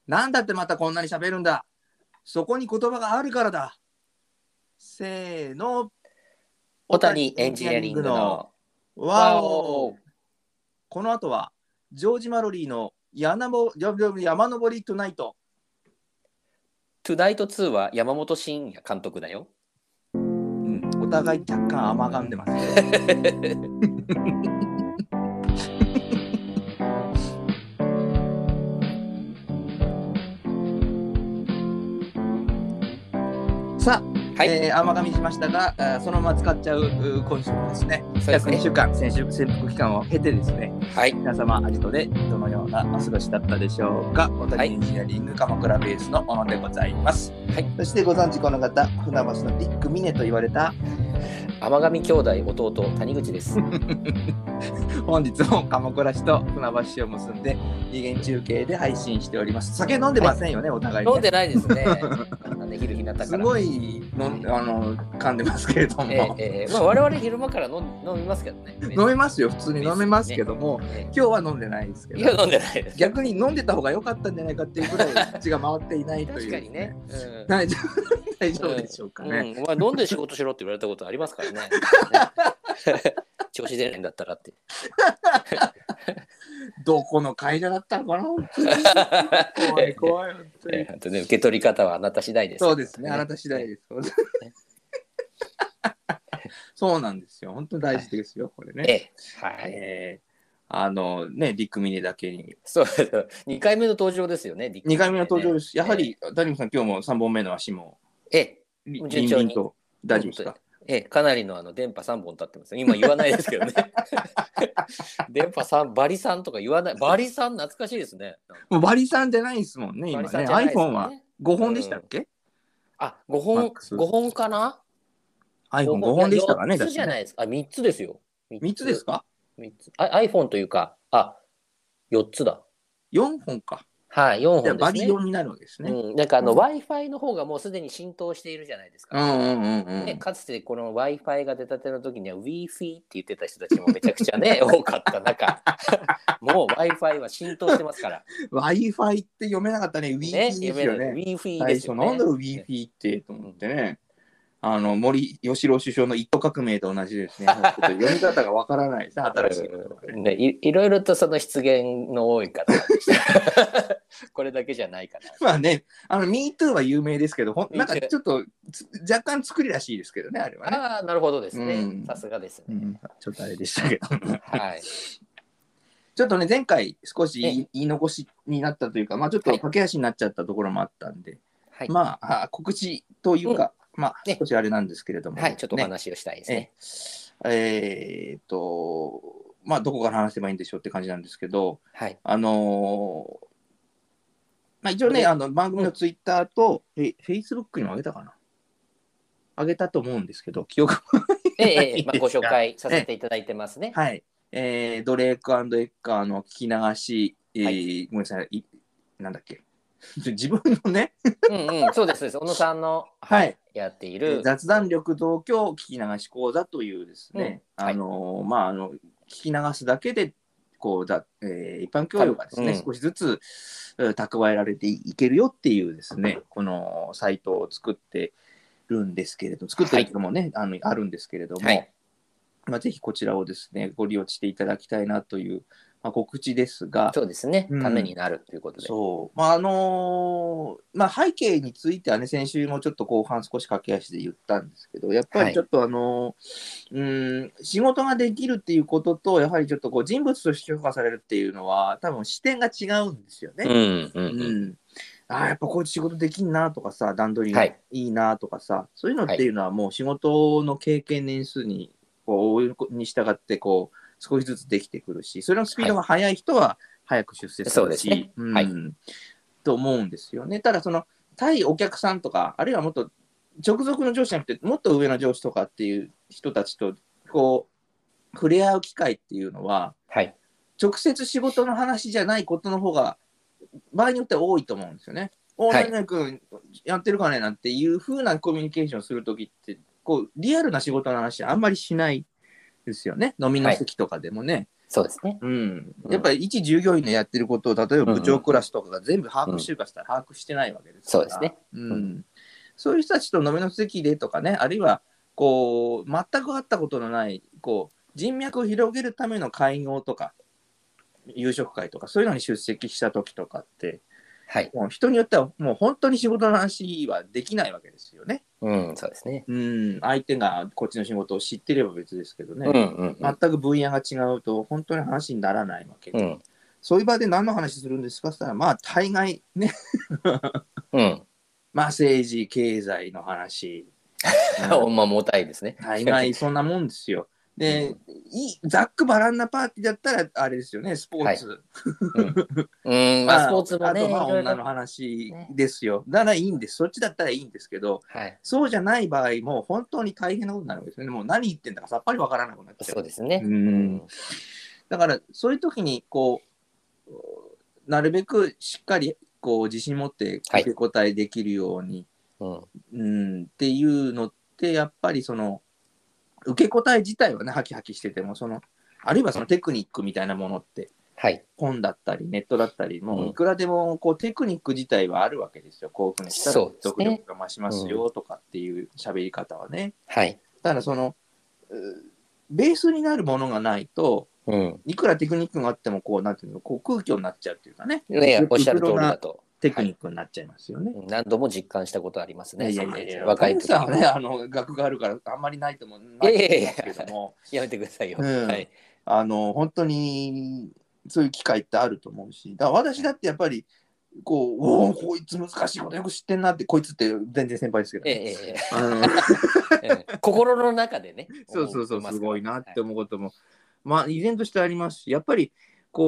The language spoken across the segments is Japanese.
なんだってまたこんなに喋るんだ。そこに言葉があるからだ。せーの。 小谷エンジニアリングのワオ。この後はジョージ・マロリーの山登りトゥナイト。 トゥナイト2は山本慎也監督だよ。 お互い若干甘がんでますさあ、はい、甘噛みしましたが、そのまま使っちゃう今週もですね、約2週間、潜伏期間を経てですね、はい、皆様、アジトでどのようなお過ごしだったでしょうか。小谷エンジニアリング鎌倉ベースのものでございます。はい、そしてご存知この方、船橋のビッグミネと言われた甘神兄弟弟谷口です本日も鎌倉市と船橋市を結んで二元中継で配信しております。酒飲んでませんよね、はい、お互いに、ね、 飲んでないですね昼日向からすごい噛んでますけれども、 まあ、我々昼間から飲みますけどね飲みますよ、普通に飲めますけども、今日は飲んでないですけど、 いや飲んでないです。 逆に飲んでた方が良かったんじゃないかっていうぐらい口が回っていないという、 確かにね、 大丈夫でしょうかね、 お前飲んで仕事しろって言われたことありますからね調子出ないんだったらってどこの会社だったのかな怖い怖い本当に、 受け取り方はあなた次第です。 そうですね、あなた次第です、そうなんですよ、本当に大事ですよ、これね、はい、ね、ディック・ミネだけに。 そう、2回目の登場ですよね、 2回目の登場です。やはり、谷口さん、今日も3本目の足も、順調にと大丈夫ですか？ かなりの電波3本立ってます。今言わないですけどね。電波3、バリ3とか言わない。バリ3懐かしいですね。 もうバリ3じゃないですもんね、今ね。iPhone は5本でしたっけ？ あ、5本かな？ iPhone5 本でしたかね。 4つじゃないですか。3つですよ。 3つですか ？3つ。iPhone というか、4つだ。 4本か。 はい、4本ですね。 バリ4になるわけですね。 なんかWi-Fi の方がもうすでに浸透しているじゃないですか。かつてこの Wi-Fi が出たての時には Wi-Fi って言ってた人たちもめちゃくちゃね多かった中、もう Wi-Fi は浸透してますから。 Wi-Fi って読めなかったね。Wi-Fi ですよね。 Wi-Fi ですよね。 なんだろう Wi-Fi ってと思ってね。森喜朗首相の一都革命と同じですね。読み方がわからないですね、新しいことね。いろいろとその失言の多い方でしたこれだけじゃないかな。 まあね、MeToo は有名ですけど、なんかちょっと若干作りらしいですけどね、あれはね。 ああ、なるほどですね。さすがですね。 ちょっとあれでしたけど。 はい。 ちょっとね、前回少し言い残しになったというか、まあちょっと駆け足になっちゃったところもあったんで、まあ告知というか、まあ少しあれなんですけれども、 はい、ちょっとお話をしたいですね。 まあどこから話せばいいんでしょうって感じなんですけど、 はい。 まあ一応ね、番組のツイッターと、フェイスブックにも上げたかな、上げたと思うんですけど、記憶もご紹介させていただいてますね。 はい。ドレーク&エッカーの聞き流し、ごめんなさい、なんだっけ。自分のねそうです。小野さんの、やっている雑談力増強聞き流し講座というですね、聞き流すだけでこう一般教養がですね、少しずつ蓄えられていけるよっていうですね、このサイトを作ってるんですけれど、作ってるのもね、あるんですけれども、まあ、ぜひこちらをですね、ご利用していただきたいなという、まあ、告知ですが、 そうですね、ためになるということで。 そう。まあ、まあ、背景についてはね、先週もちょっと後半少し駆け足で言ったんですけど、やっぱりちょっと仕事ができるっていうことと、やはりちょっとこう人物として評価されるっていうのは、多分視点が違うんですよね。やっぱこういう仕事できんなとかさ、段取りがいいなとかさ、そういうのっていうのはもう仕事の経験年数に従ってこう少しずつできてくるし、それのスピードが速い人は早く出世するし、と思うんですよね。ただその対お客さんとか、あるいはもっと直属の上司じゃなくてもっと上の上司とかっていう人たちとこう触れ合う機会っていうのは、直接仕事の話じゃないことの方が場合によっては多いと思うんですよね。何々君やってるかねなんていう風なコミュニケーションするときってこうリアルな仕事の話あんまりしないですよね。飲みの席とかでもね。 そうですね。 やっぱり一従業員のやってることを例えば部長クラスとかが全部把握してるかしたら把握してないわけですから、 そうですね。 そういう人たちと飲みの席でとかね、あるいはこう全く会ったことのないこう人脈を広げるための会合とか夕食会とかそういうのに出席した時とかって、 はい、 もう人によってはもう本当に仕事の話はできないわけですよね。 そうですね。 相手がこっちの仕事を知ってれば別ですけどね、全く分野が違うと本当に話にならないわけで、そういう場で何の話するんですかって言ったら、まあ大概ねまあ政治経済の話、 重たいですね。 大概そんなもんですよ。で、ざっくばらんなパーティーだったらあれですよね、スポーツ。 まあスポーツもね、 あとまあ女の話ですよ。だからいいんです。そっちだったらいいんですけど、そうじゃない場合も本当に大変なことになるわけですよね。もう何言ってんだかさっぱりわからなくなっちゃう。 そうですね。 だからそういう時にこうなるべくしっかりこう自信持って受け答えできるように、っていうのってやっぱりその受け答え自体はねハキハキしててもあるいはそのテクニックみたいなものって、本だったりネットだったりもういくらでもこうテクニック自体はあるわけですよ。こういうふうにしたら読力が増しますよとかっていう喋り方はね。ただそのベースになるものがないと、いくらテクニックがあってもこうなんていうのこう空虚になっちゃうっていうかね。 おっしゃる通りだと。 テクニックになっちゃいますよね。 何度も実感したことありますね。 若い時はね、学があるからあんまりないと思うんですけども。 やめてくださいよ。 本当にそういう機会ってあると思うし、だから私だってやっぱりこいつ難しいことよく知ってんなって、こいつって全然先輩ですけど、心の中でね。 そうすごいなって思うことも、まあ依然としてありますし、やっぱり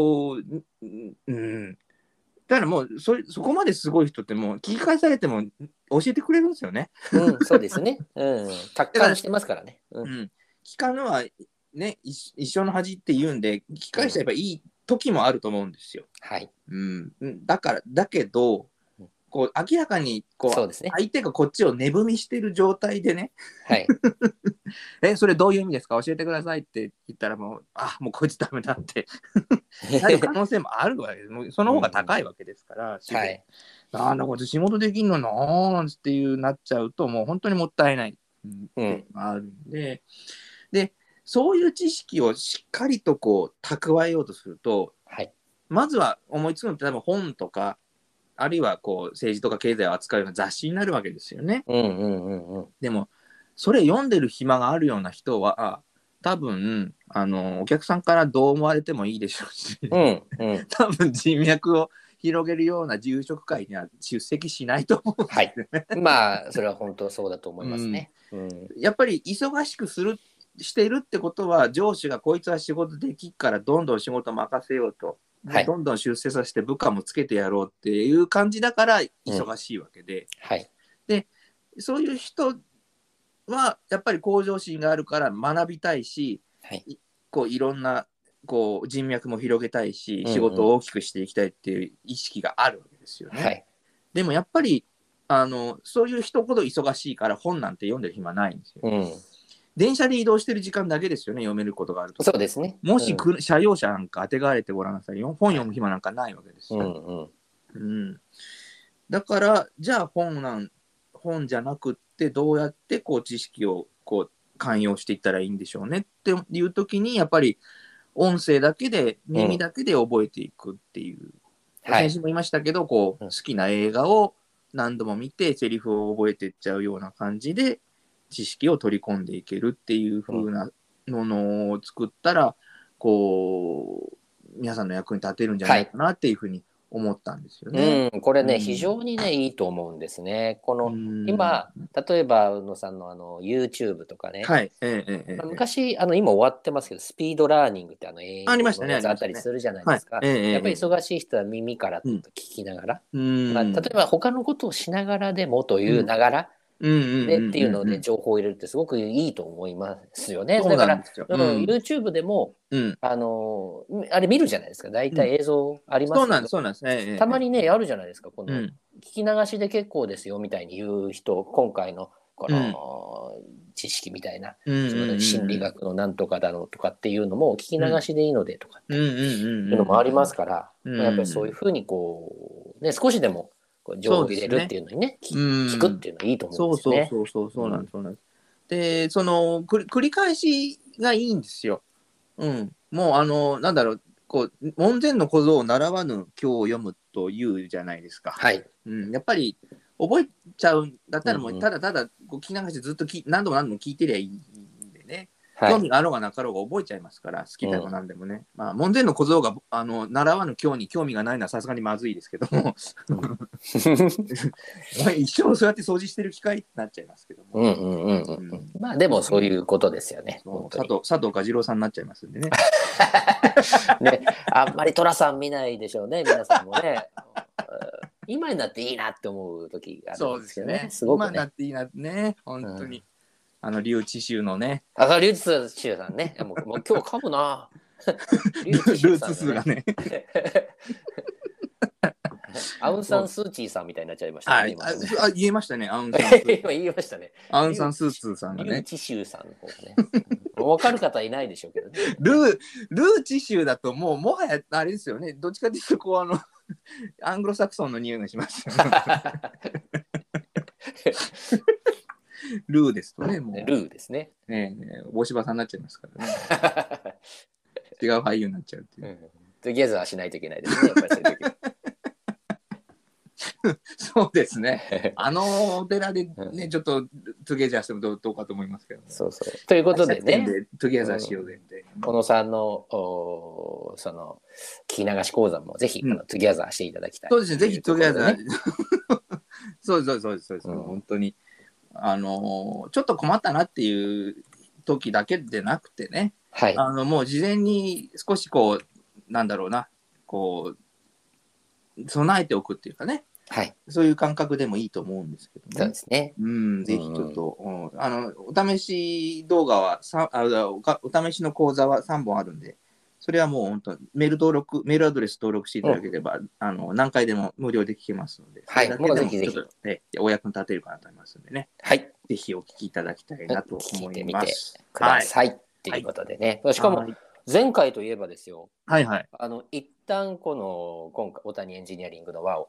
だからもうそこまですごい人ってもう聞き返されても教えてくれるんですよね。 そうですね。達観してますからね。 聞かぬはね一生の恥って言うんで聞き返しちゃえばいい時もあると思うんですよ。だけどこう明らかに相手がこっちを値踏みしてる状態でねそれどういう意味ですか教えてくださいって言ったらもうこいつダメだってなる可能性もあるわけです。その方が高いわけですから、なんだこいつ仕事できんのなーっていうなっちゃうともう本当にもったいないっていうのがあるんで、そういう知識をしっかりと蓄えようとすると、まずは思いつくのって多分本とかあるいは政治とか経済を扱うような雑誌になるわけですよね。でもそれ読んでる暇があるような人は多分お客さんからどう思われてもいいでしょうし、多分人脈を広げるような夕食会には出席しないと思うんですよね。 まあそれは本当そうだと思いますね。 やっぱり忙しくしているってことは上司がこいつは仕事できっからどんどん仕事任せようと、どんどん出世させて部下もつけてやろうっていう感じだから忙しいわけで、でそういう人はやっぱり向上心があるから学びたいし、いろんな人脈も広げたいし、仕事を大きくしていきたいっていう意識があるわけですよね。でもやっぱりそういう人ほど忙しいから本なんて読んでる暇ないんですよ。電車で移動してる時間だけですよね、読めることがあると。 そうですね。 もし車用車なんかあてがわれてごらんなさいよ。本読む暇なんかないわけですよ。だからじゃあ本じゃなくってどうやって知識を寛容していったらいいんでしょうねっていう時にやっぱり音声だけで耳だけで覚えていくっていう、先週も言いましたけど好きな映画を何度も見てセリフを覚えていっちゃうような感じで知識を取り込んでいけるっていう風なものを作ったら皆さんの役に立てるんじゃないかなっていうふうに思ったんですよね。 これね、非常にねいいと思うんですね。今例えば宇野さんのYouTube とかね、昔今終わってますけどスピードラーニングって英語のやつあったりするじゃないですか。やっぱり忙しい人は耳から聞きながら、例えば他のことをしながらでもというながらでっていうので情報を入れるってすごくいいと思いますよね。だから YouTube でもあれ見るじゃないですか。大体映像ありますけど、たまにねあるじゃないですか。聞き流しで結構ですよみたいに言う人、今回のこの知識みたいな、心理学のなんとかだのとかっていうのも聞き流しでいいのでとかっていうのもありますから、やっぱりそういうふうにこう、ね、少しでも情報を入れるっていうのにね、聞くっていうのはいいと思うんですよね。 そうなんです。で、その繰り返しがいいんですよ。もうなんだろう、こう門前の小僧を習わぬ今日を読むというじゃないですか。 はい。 やっぱり覚えちゃうんだったらもうただただこう聞き流してずっと何度も聞いてりゃいいんでね。興味があろうがなかろうが覚えちゃいますから、好きでも何でもね。門前の小僧が習わぬ今日に興味がないのはさすがにまずいですけども、一生そうやって掃除してる機会になっちゃいますけども。 まあでもそういうことですよね。 佐藤蛾次郎さんになっちゃいますんでね。 ね、あんまり寅さん見ないでしょうね、皆さんもね。今になっていいなって思う時があるんですよね。すごくね。 今になっていいなってね、本当に。劉智秋のね。 劉智秋さんね。もう今日噛むな。 ルーツ数がね。 アウンサンスーチーさんみたいになっちゃいましたね。 言えましたね。アウンサンスー今言いましたね。 アウンサンスーツーさんがね。 劉智秋さんの方がね。分かる方いないでしょうけどね。 ルー智秋だともはやあれですよね。どっちかというとこうアングロサクソンの匂いがしますよルーですとね、もう。 ルーですね。 大柴さんになっちゃいますからね。違う俳優になっちゃうっていう。 トゥギャザーしないといけないですね、やっぱりそういう時。 そうですね。お寺でね、ちょっとトゥゲザーしてもどうかと思いますけど、ね。 そうそう。ということでね、 トゥゲザーしようぜって。 小野さんのその聞き流し講座もぜひトゥギャザーしていただきたい。 そうですね、ぜひトゥギャザー。そうです。本当に。ちょっと困ったなっていう時だけでなくてね、 はい、 もう事前に少しこう、なんだろうな、こう、備えておくっていうかね、 はい、 そういう感覚でもいいと思うんですけどね。 そうですね。 ぜひちょっと、お試し動画はお試しの講座は3本あるんで、それはもう本当メールアドレス登録していただければ、何回でも無料で聞けますので、 はい、もうぜひちょっと、お役に立てるかなと思いますのでね、 はい、 ぜひお聞きいただきたいなと思います。 聞いてみてください、っていうことでね。しかも、前回といえばですよ、一旦この今回、大谷エンジニアリングの輪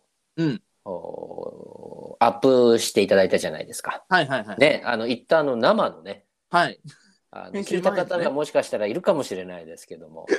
を、アップしていただいたじゃないですか。ね、一旦生のね、聞いた方がもしかしたらいるかもしれないですけども、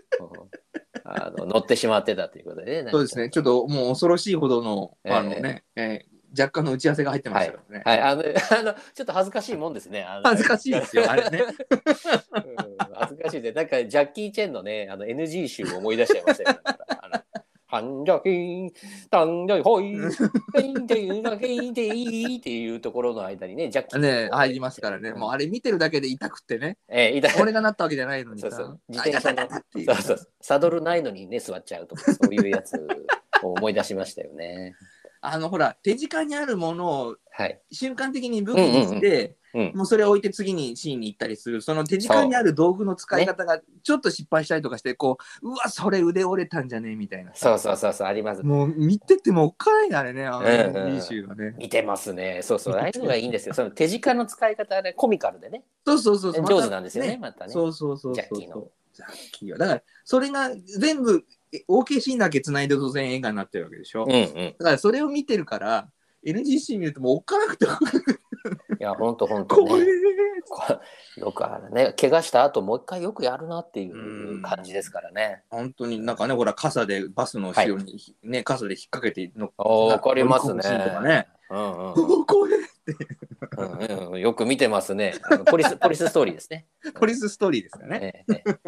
乗ってしまってたということでね。 そうですね、ちょっともう恐ろしいほどの、若干の打ち合わせが入ってましたからね。 ちょっと恥ずかしいもんですね。 恥ずかしいですよ、あれね。 恥ずかしいで、なんかジャッキー・チェンのね、NG 集を思い出しちゃいましたよ。ハンジャキン、タンジャイホイ、テインテインガケイテイっていうところの間にね、ジャッキーね入りますからね。もうあれ見てるだけで痛くってね。俺がなったわけじゃないのにさ。 自転車のサドルないのにね、座っちゃうとか、そういうやつを思い出しましたよね。 ほら、手近にあるものを瞬間的に武器にして、もうそれを置いて次にシーンに行ったりする、その手近にある道具の使い方がちょっと失敗したりとかして、こう、うわ、それ腕折れたんじゃねみたいな。 そう、あります。 もう見ててもおっかないな、あれね、いい集はね。 見てますね。ああいうのがいいんですよ。その手近の使い方でコミカルでね。 そう。 上手なんですよね、またね。 そう。ジャッキーは。だから、それが全部、OK シーンだけ繋いで当然映画になってるわけでしょ。だからそれを見てるから、NGC 見るともうおっかなくて。いや、ほんと、ね。よくあるね。怪我した後もう一回よくやるなっていう感じですからね。 本当になんかね、ほら、傘でバスの後ろに、ね、傘で引っ掛けてわかりますね。よく見てますね。ポリスストーリーですね。 ポリスストーリーですよね。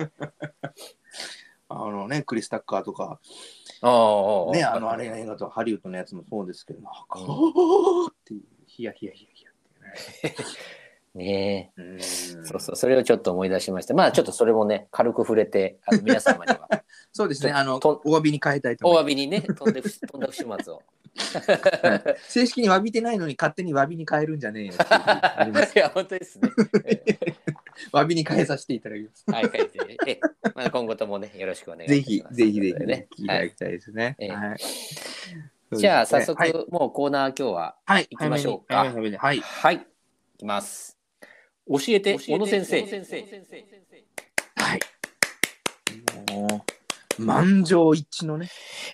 クリス・タッカーとか、ね、あれ映画とハリウッドのやつもそうですけど、っていう、ヒヤヒヤっていうね。それをちょっと思い出しました。まあちょっとそれもね、軽く触れて、皆様には。 そうですね、お詫びに変えたいと思います。 お詫びにね、飛んだ不始末を。 正式に詫びてないのに勝手に詫びに変えるんじゃねえよ。 いや、本当ですね。 詫びに変えさせていただきます。 はい、書いて。今後ともね、よろしくお願いします。 ぜひ、いただきたいですね。 じゃあ、早速、もうコーナー今日は行きましょうか。 はい。 きます。教えて小野先生。 はい。もう満場一致のね。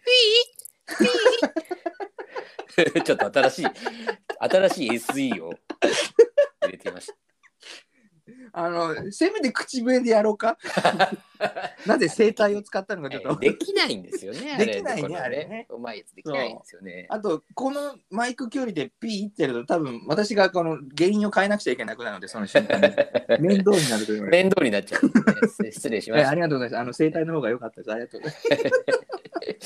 ちょっと新しい SE を入れてみました。 せめて口笛でやろうか。なぜ声帯を使ったのかちょっとできないんですよね。 できないね、あれね。 うまいやつできないんですよね。 あとこのマイク距離でピーってやると多分私がこの原因を変えなくちゃいけなくなるので、その瞬間に面倒になるという。 面倒になっちゃうんですね。失礼しました。 ありがとうございます。声帯の方が良かったです。ありがとうございます。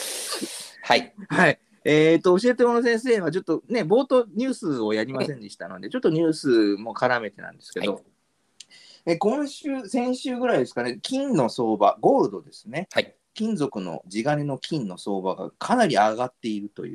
はい。 はい。教えて小野先生はちょっとね、冒頭ニュースをやりませんでしたので、ちょっとニュースも絡めてなんですけど、先週ぐらいですかね、金の相場、ゴールドですね。 はい。 金属の地金の金の相場がかなり上がっているという。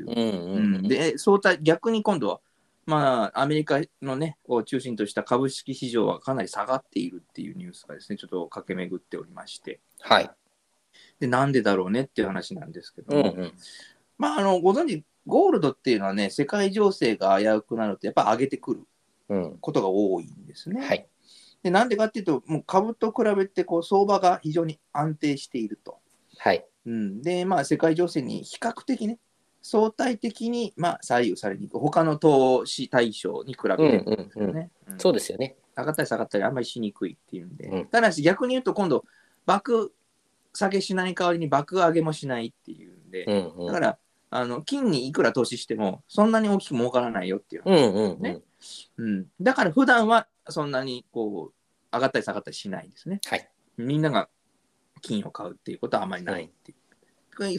で、逆に今度は、まあ、アメリカのね、を中心とした株式市場はかなり下がっているっていうニュースがですね、ちょっと駆け巡っておりまして。 はい。 で、なんでだろうねっていう話なんですけども、まあ、ご存知、ゴールドっていうのはね、世界情勢が危うくなると、やっぱり上げてくることが多いんですね。 はい。 で、なんでかっていうと、もう株と比べてこう相場が非常に安定していると。 はい。 で、まあ、世界情勢に比較的ね、相対的に、まあ、左右されにくい、他の投資対象に比べてですよね。 そうですよね。 上がったり下がったりあんまりしにくいっていうんで。ただし、逆に言うと、今度、爆下げしない代わりに爆上げもしないっていうんで、だから、金にいくら投資しても、そんなに大きく儲からないよっていう話ですね。だから、普段はそんなにこう上がったり下がったりしないんですね。 はい。 みんなが金を買うっていうことはあまりないっていう。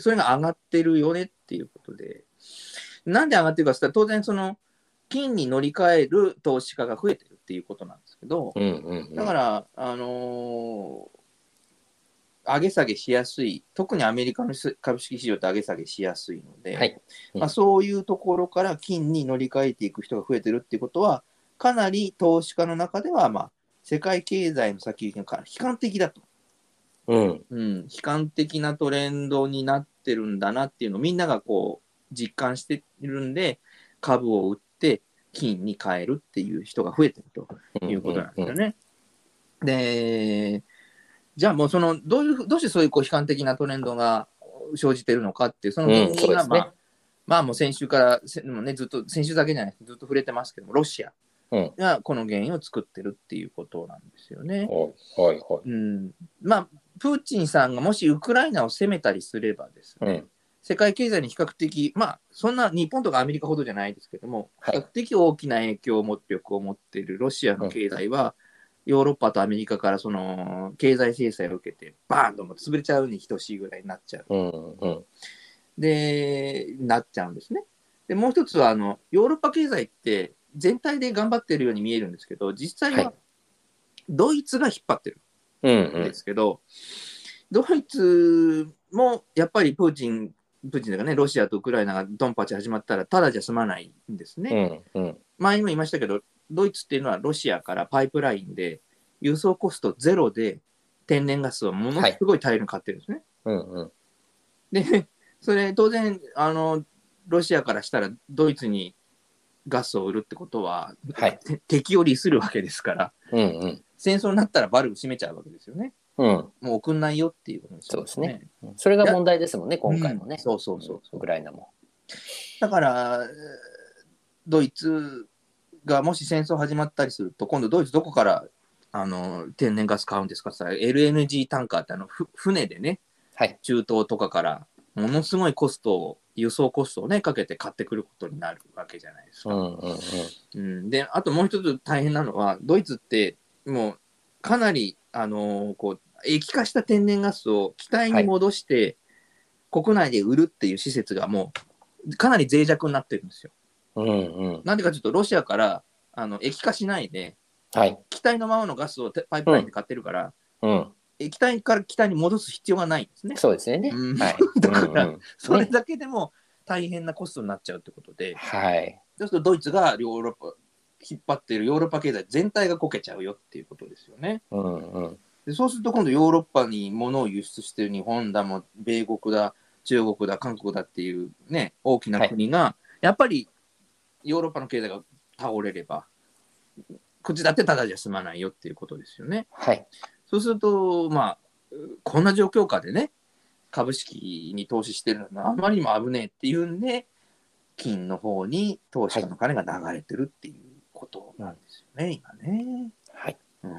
それが上がってるよねっていうことで。なんで上がってるかって言ったら、当然その、金に乗り換える投資家が増えてるっていうことなんですけど、だから、上げ下げしやすい、特にアメリカの株式市場って上げ下げしやすいので、まあ、そういうところから金に乗り換えていく人が増えてるっていうことは、かなり投資家の中では、まあ、世界経済の先行きが悲観的だと。悲観的なトレンドになってるんだなっていうのをみんながこう実感しているんで、株を売って金に変えるっていう人が増えてるということなんですよね。で、じゃあもうどうしてそういう悲観的なトレンドが生じているのかっていう、その原因がまあもう先週からね、ずっと先週だけじゃないずっと触れてますけども、ロシアがこの原因を作ってるっていうことなんですよね。まあプーチンさんがもしウクライナを攻めたりすればですね、世界経済に比較的、まあそんな日本とかアメリカほどじゃないですけども、比較的大きな影響力を持っているロシアの経済は、ヨーロッパとアメリカからその経済制裁を受けてバーンとも潰れちゃうに等しいぐらいになっちゃう。で、なっちゃうんですね。で、もう一つはヨーロッパ経済って全体で頑張ってるように見えるんですけど、実際はドイツが引っ張ってるんですけど、ドイツもやっぱりプーチンとかね、ロシアとウクライナがドンパチ始まったらただじゃ済まないんですね。前にも言いましたけど、ドイツっていうのはロシアからパイプラインで輸送コストゼロで天然ガスをものすごい大量に買ってるんですね。で、それ当然ロシアからしたらドイツにガスを売るってことは、敵を利するわけですから、戦争になったらバルブ閉めちゃうわけですよね。もう送んないよっていうことですね。 そうですね。それが問題ですもんね、今回もね。 そうウクライナも。 だからドイツがもし戦争始まったりすると、今度ドイツどこから天然ガス買うんですかって言ったら LNG タンカーって船でね、中東とかからものすごい輸送コストをねかけて買ってくることになるわけじゃないですか。で、あともう一つ大変なのは、ドイツってもうかなりこう液化した天然ガスを気体に戻して、国内で売るっていう施設がもうかなり脆弱になってるんですよ。なんでかというと、ロシアから液化しないで、気体のままのガスをパイプラインで買ってるから、液体から気体に戻す必要がないんですね。 そうですね。 だから、それだけでも大変なコストになっちゃうってことで、そうするとドイツがヨーロッパ引っ張っているヨーロッパ経済全体がこけちゃうよっていうことですよね。でそうすると今度ヨーロッパに物を輸出している日本だも米国だ中国だ韓国だっていうね大きな国が、やっぱりヨーロッパの経済が倒れれば口だってただじゃ済まないよっていうことですよね。 はい。 そうすると、こんな状況下でね、株式に投資してるのはあまりにも危ねえっていうんで、金の方に投資家の金が流れてるっていうことなんですよね、今ね。 はい。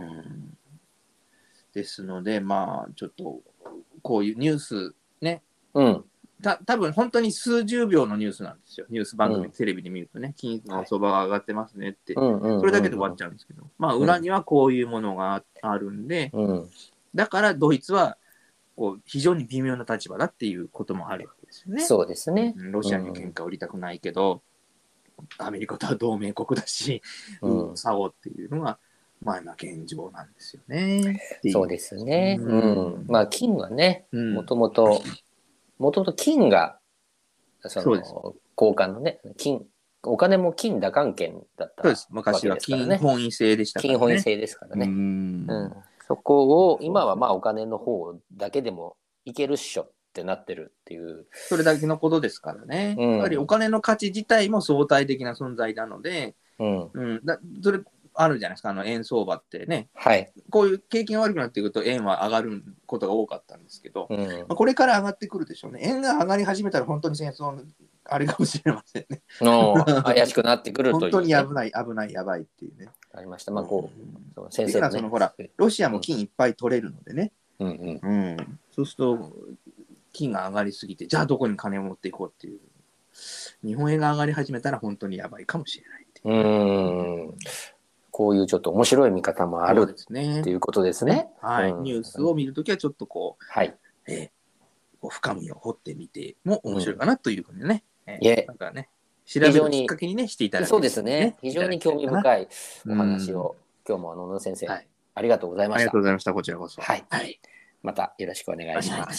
ですので、ちょっと、こういうニュースね、 多分本当に数十秒のニュースなんですよ。ニュース番組、テレビで見るとね、金の相場が上がってますねって、それだけで終わっちゃうんですけど、裏にはこういうものがあるんで、だからドイツはこう非常に微妙な立場だっていうこともあるわけですよね。 そうですね。 ロシアに喧嘩を売りたくないけど、アメリカとは同盟国だし、差をっていうのが、現状なんですよね。 そうですね。金はね、もともと金が、その交換のね、お金も金打関係だったわけですからね。 昔は金本位制でしたからね。 金本位制ですからね。そこを今はお金の方だけでもいけるっしょってなってるっていう。 それだけのことですからね。やはりお金の価値自体も相対的な存在なので、それあるじゃないですか、円相場ってね。こういう景気が悪くなってくると円は上がることが多かったんですけど、これから上がってくるでしょうね。円が上がり始めたら本当に戦争のあれかもしれませんね。 怪しくなってくるという、 本当に危ないやばいっていうね。 ありました。先生のほらロシアも金いっぱい取れるのでね。そうすると金が上がりすぎて、じゃあどこに金を持っていこうっていう。日本円が上がり始めたら本当にやばいかもしれないっていう。 こういうちょっと面白い見方もあるっていうことですね。 ニュースを見るときはちょっとこう、深みを掘ってみても面白いかなというふうにね。なんかね、調べるきっかけにね、していただけそうですね。非常に興味深いお話を、今日も野々先生、ありがとうございました。 ありがとうございました。こちらこそ。 またよろしくお願いします。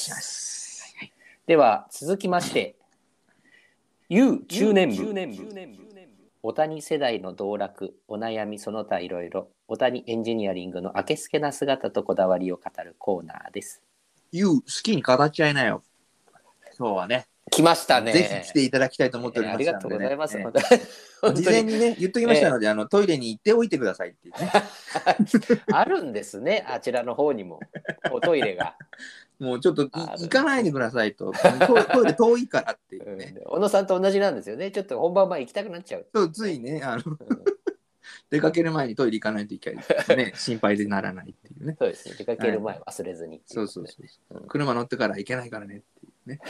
では、続きまして、You 中年部。小谷世代の道楽、お悩みその他いろいろ、小谷エンジニアリングのあけすけな姿とこだわりを語るコーナーです。 You 好きに語っちゃいなよ。今日はね。 来ましたね。 ぜひ来ていただきたいと思っております、 ありがとうございます。 事前にね、言っときましたので、トイレに行っておいてくださいっていうね。 あるんですね、あちらの方にも、おトイレが。 もうちょっと行かないでくださいと。トイレ遠いからっていうね。 小野さんと同じなんですよね。ちょっと本番前行きたくなっちゃう。 そう、ついね、出かける前にトイレ行かないといけないね。心配でならないっていうね。 そうですね。出かける前忘れずに。 そう。車乗ってから行けないからねっていうね。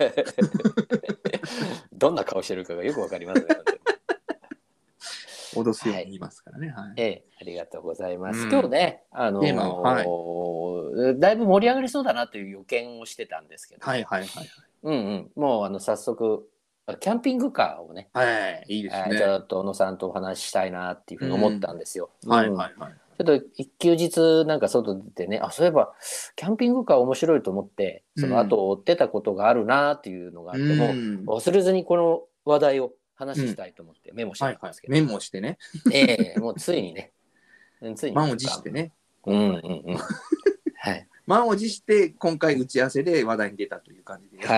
どんな顔してるかがよくわかりますね。 脅すように言いますからね。 ありがとうございます。今日ね、だいぶ盛り上がりそうだなという予見をしてたんですけど。もう早速、キャンピングカーをね、 いいですね。 ちょっと小野さんとお話ししたいなっていうふうに思ったんですよ。ちょっと休日なんか外出てね、そういえばキャンピングカー面白いと思って、その後追ってたことがあるなっていうのがあっても、忘れずにこの話題を話したいと思ってメモしてたんですけど。 メモしてね。 もうついにね。 満を持してね。満を持して今回打ち合わせで話題に出たという感じで。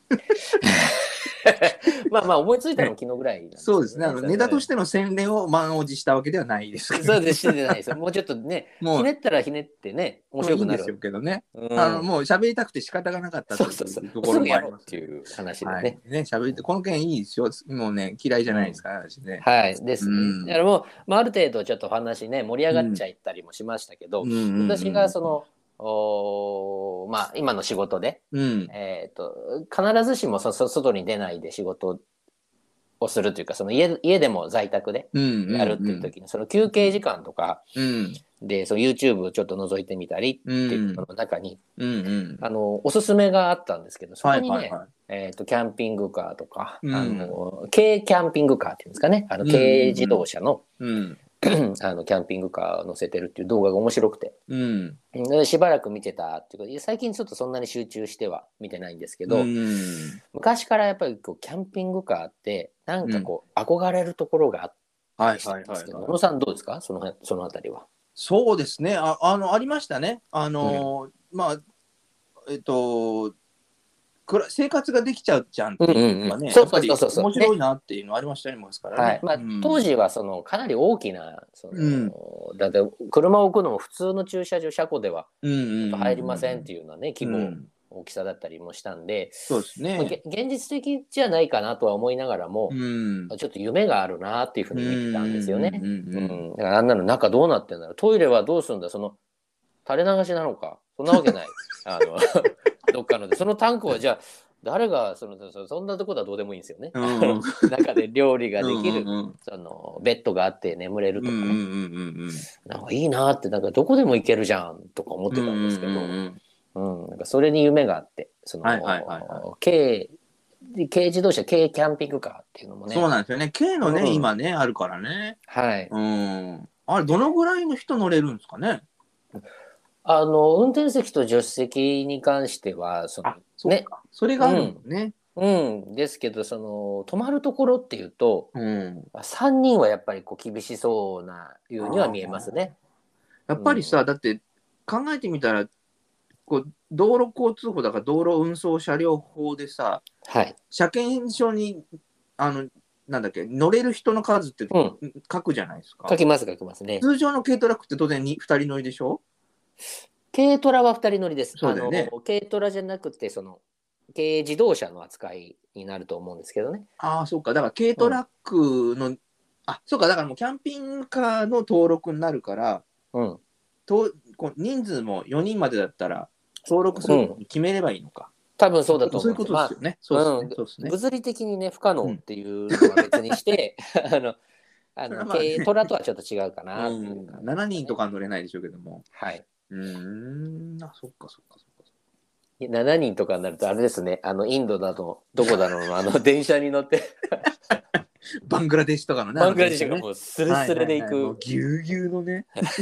思いついたの昨日ぐらいなんですね。そうですね。ネタとしての洗練を満を持したわけではないです。 そうです、してないです。もうちょっとね、ひねったらひねってね、面白くなる。 いいんですよけどね。もう喋りたくて仕方がなかったというところもあります。 っていう話でね。 喋りてこの件いいですよ。もうね嫌いじゃないですから私ね。 ですね。だからもうある程度ちょっと話ね盛り上がっちゃったりもしましたけど、私がその今の仕事で、必ずしも外に出ないで仕事をするというか、その家でも在宅でやるっていう時に、その休憩時間とかで、その YouTube をちょっと覗いてみたりっていうのの中に、おすすめがあったんですけど、そこにね、キャンピングカーとか、軽キャンピングカーっていうんですかね、軽自動車の、キャンピングカー乗せてるっていう動画が面白くて、しばらく見てたっていうか、最近ちょっとそんなに集中しては見てないんですけど、昔からやっぱりこうキャンピングカーってなんかこう憧れるところがあったんですけど、小野さんどうですか、そのあたりは。 そうですね、ありましたね。 生活ができちゃうじゃんっていうのがね、 そうやっぱりそう面白いなっていうのありましたね、ますからね。 はい。当時はかなり大きなだって車を置くのも普通の駐車場車庫では入りませんっていうようなね規模、大きさだったりもしたんで、 そうですね。 現実的じゃないかなとは思いながらも、ちょっと夢があるなっていうふうに見てたんですよね。だからあんなの中どうなってんだろう、トイレはどうするんだ、垂れ流しなのか、そんなわけない。どっかのでそのタンクはじゃあ誰がそんなところはどうでもいいんですよね。中で料理ができるベッドがあって眠れるとかね、なんかいいなって、なんかどこでも行けるじゃんとか思ってたんですけど、なんかそれに夢があって、軽自動車、軽キャンピングカーっていうのもね。 そうなんですよね。軽のね、今ねあるからね。 はい。 あれどのぐらいの人乗れるんですかね。 運転席と助手席に関してはね、それがあるもんね。 ですけど泊まるところっていうと、3人はやっぱり厳しそうなようには見えますね。 やっぱりさ、だって考えてみたら道路交通法だから道路運送車両法でさ、車検証になんだっけ、乗れる人の数って書くじゃないですか。 書きますね。 通常の軽トラックって当然2人乗りでしょ。 軽トラは2人乗りです。 そうだよね。 軽トラじゃなくて軽自動車の扱いになると思うんですけどね。 ああ、そうか。だから軽トラックの、そうか。だからもうキャンピングカーの登録になるから、人数も4人までだったら登録するのに決めればいいのか。 多分そうだと思う。そういうことですよね。そうですね。 物理的にね不可能っていうのは別にして、軽トラとはちょっと違うかなっていう。 7人とか乗れないでしょうけども。 はい。 そっか。 7人とかになるとあれですね。インドだとどこだろうの電車に乗ってバングラデシュとかのね。 バングラデシュがもうスレスレで行く。 ぎゅうぎゅうのね。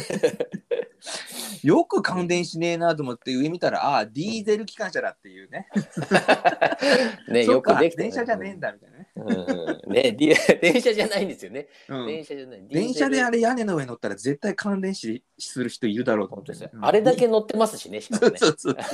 よく感電しねえなと思って上見たら、ディーゼル機関車だっていうね。 ね、よくできて電車じゃねえんだみたいなね。 電車じゃないんですよね。 電車じゃない。電車であれ屋根の上乗ったら絶対感電死する人いるだろうと思って。 あれだけ乗ってますしね、しかもね。 そう。デ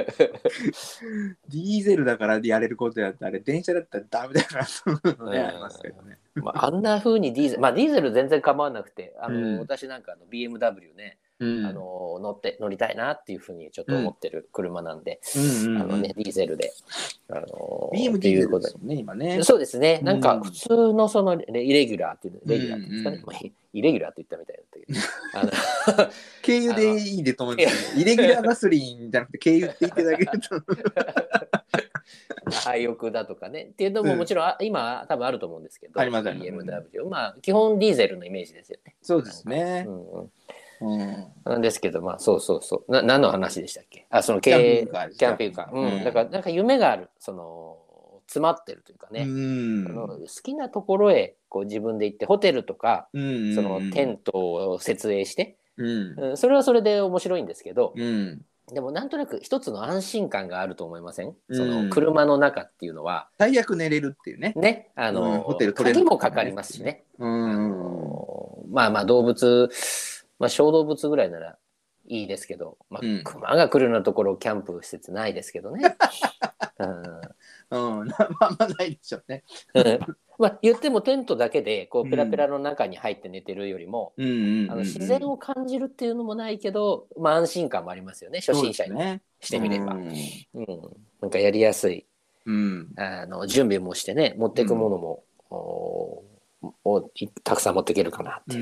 ィーゼルだからやれることやったら、あれ電車だったらダメだよなというのね、ありますけどね。 あんな風にディーゼル全然構わなくて、私なんかBMW ね、乗りたいなっていうふうにちょっと思ってる車なんで、ディーゼルで BM ディーゼルですよね今ね。 そうですね。なんか普通のイレギュラーっていうレギュラーっていうんですかね。イレギュラーって言ったみたいだったけど、 経由でいいでと思いますけど、イレギュラーガソリンじゃなくて経由って言っていただけると。 廃屋だとかねっていうのももちろん今多分あると思うんですけど、 あります。 BMW、基本ディーゼルのイメージですよね。 そうですね。 なんですけど、そう何の話でしたっけ。そのキャンピングカー。だからなんか夢がある、詰まってるというかね、好きなところへ自分で行って、ホテルとかテントを設営して、それはそれで面白いんですけど、でもなんとなく一つの安心感があると思いません？車の中っていうのは最悪寝れるっていうね。 ホテル取れる、鍵もかかりますしね。動物、小動物ぐらいならいいですけど、熊が来るようなところキャンプ施設ないですけどね。 ないでしょうね。 言ってもテントだけでペラペラの中に入って寝てるよりも、自然を感じるっていうのもないけど、安心感もありますよね、初心者にしてみれば。なんかやりやすい、準備もしてね、持っていくものも、たくさん持っていけるかなっていう、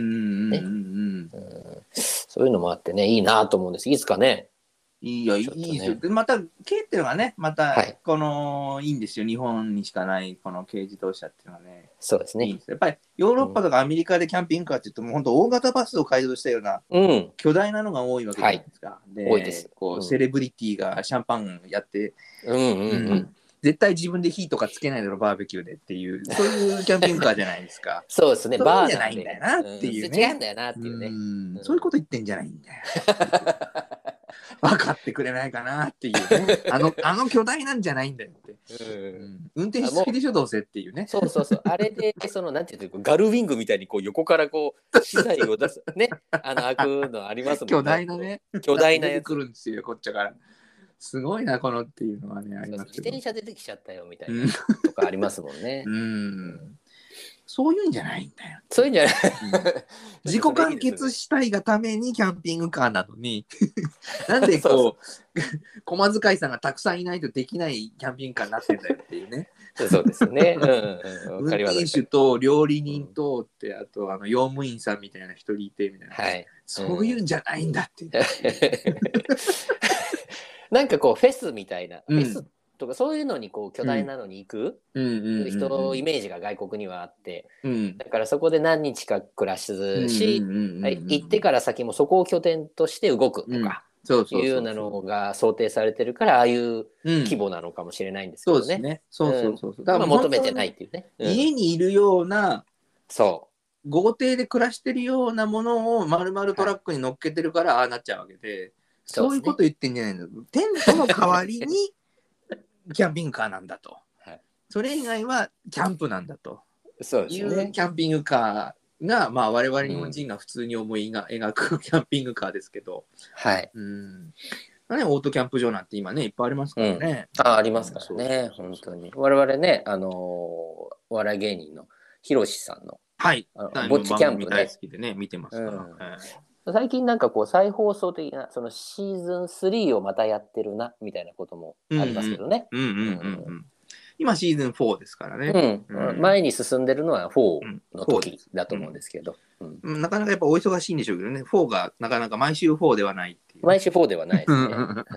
そういうのもあってね、いいなと思うんです。いいですかね。 いいですよ。また軽っていうのがね、またいいんですよ。日本にしかないこの軽自動車っていうのはね。 そうですね。 いいんですよ。やっぱりヨーロッパとかアメリカでキャンピングカーって言っても本当大型バスを改造したような巨大なのが多いわけじゃないですか。 多いです。 セレブリティがシャンパンやって、絶対自分で火とかつけないだろバーベキューでっていう、そういうキャンピングカーじゃないですか。 そうですね。 バーじゃないんだよなっていうね。 違うんだよなっていうね。 そういうこと言ってんじゃないんだよ。分かってくれないかなっていうね。あの巨大なんじゃないんだよって。運転しすぎでしょどうせっていうね。 そう。あれでなんていうかガルウィングみたいに横から資材を出すね。開くのありますもんね。 巨大なね。 巨大なやつ来るんですよこっちから。 すごいなこのっていうのはねありますけど。 自転車出てきちゃったよみたいなとかありますもんね。 そういうんじゃないんだよ。 そういうんじゃない。 自己完結したいがためにキャンピングカーなのになんでこう駒遣いさんがたくさんいないとできないキャンピングカーになってんだよっていうね。 そうですね。 運転手と料理人とって、あと用務員さんみたいな一人いてみたいな、はい、そういうんじゃないんだっていう。 なんかこうフェスみたいな、フェスとかそういうのにこう巨大なのに行く人のイメージが外国にはあって、だからそこで何日か暮らすし、行ってから先もそこを拠点として動くとか。いうようなのが想定されてるからああいう規模なのかもしれないんですけどね。 そう。 だから求めてないっていうね。 家にいるような、豪邸で暮らしてるようなものを丸々トラックに乗っけてるからああなっちゃうわけで、そういうこと言ってんじゃないの。テントの代わりにキャンピングカーなんだと。それ以外はキャンプなんだと。そうですね。いうキャンピングカー。がまあ我々日本人が普通に思い描くキャンピングカーですけど、はい。オートキャンプ場なんて今ねいっぱいありますからね。 ありますからね、本当に。我々ね、お笑い芸人のひろしさんの、 はい、 ぼっちキャンプ大好きでね見てますから。 最近なんかこう再放送的なそのシーズン3をまたやってるなみたいなこともありますけどね。 今シーズン4ですからね。 前に進んでるのは4の時だと思うんですけど。 なかなかやっぱお忙しいんでしょうけどね。4がなかなか毎週4ではないっていう。 毎週4ではないですね。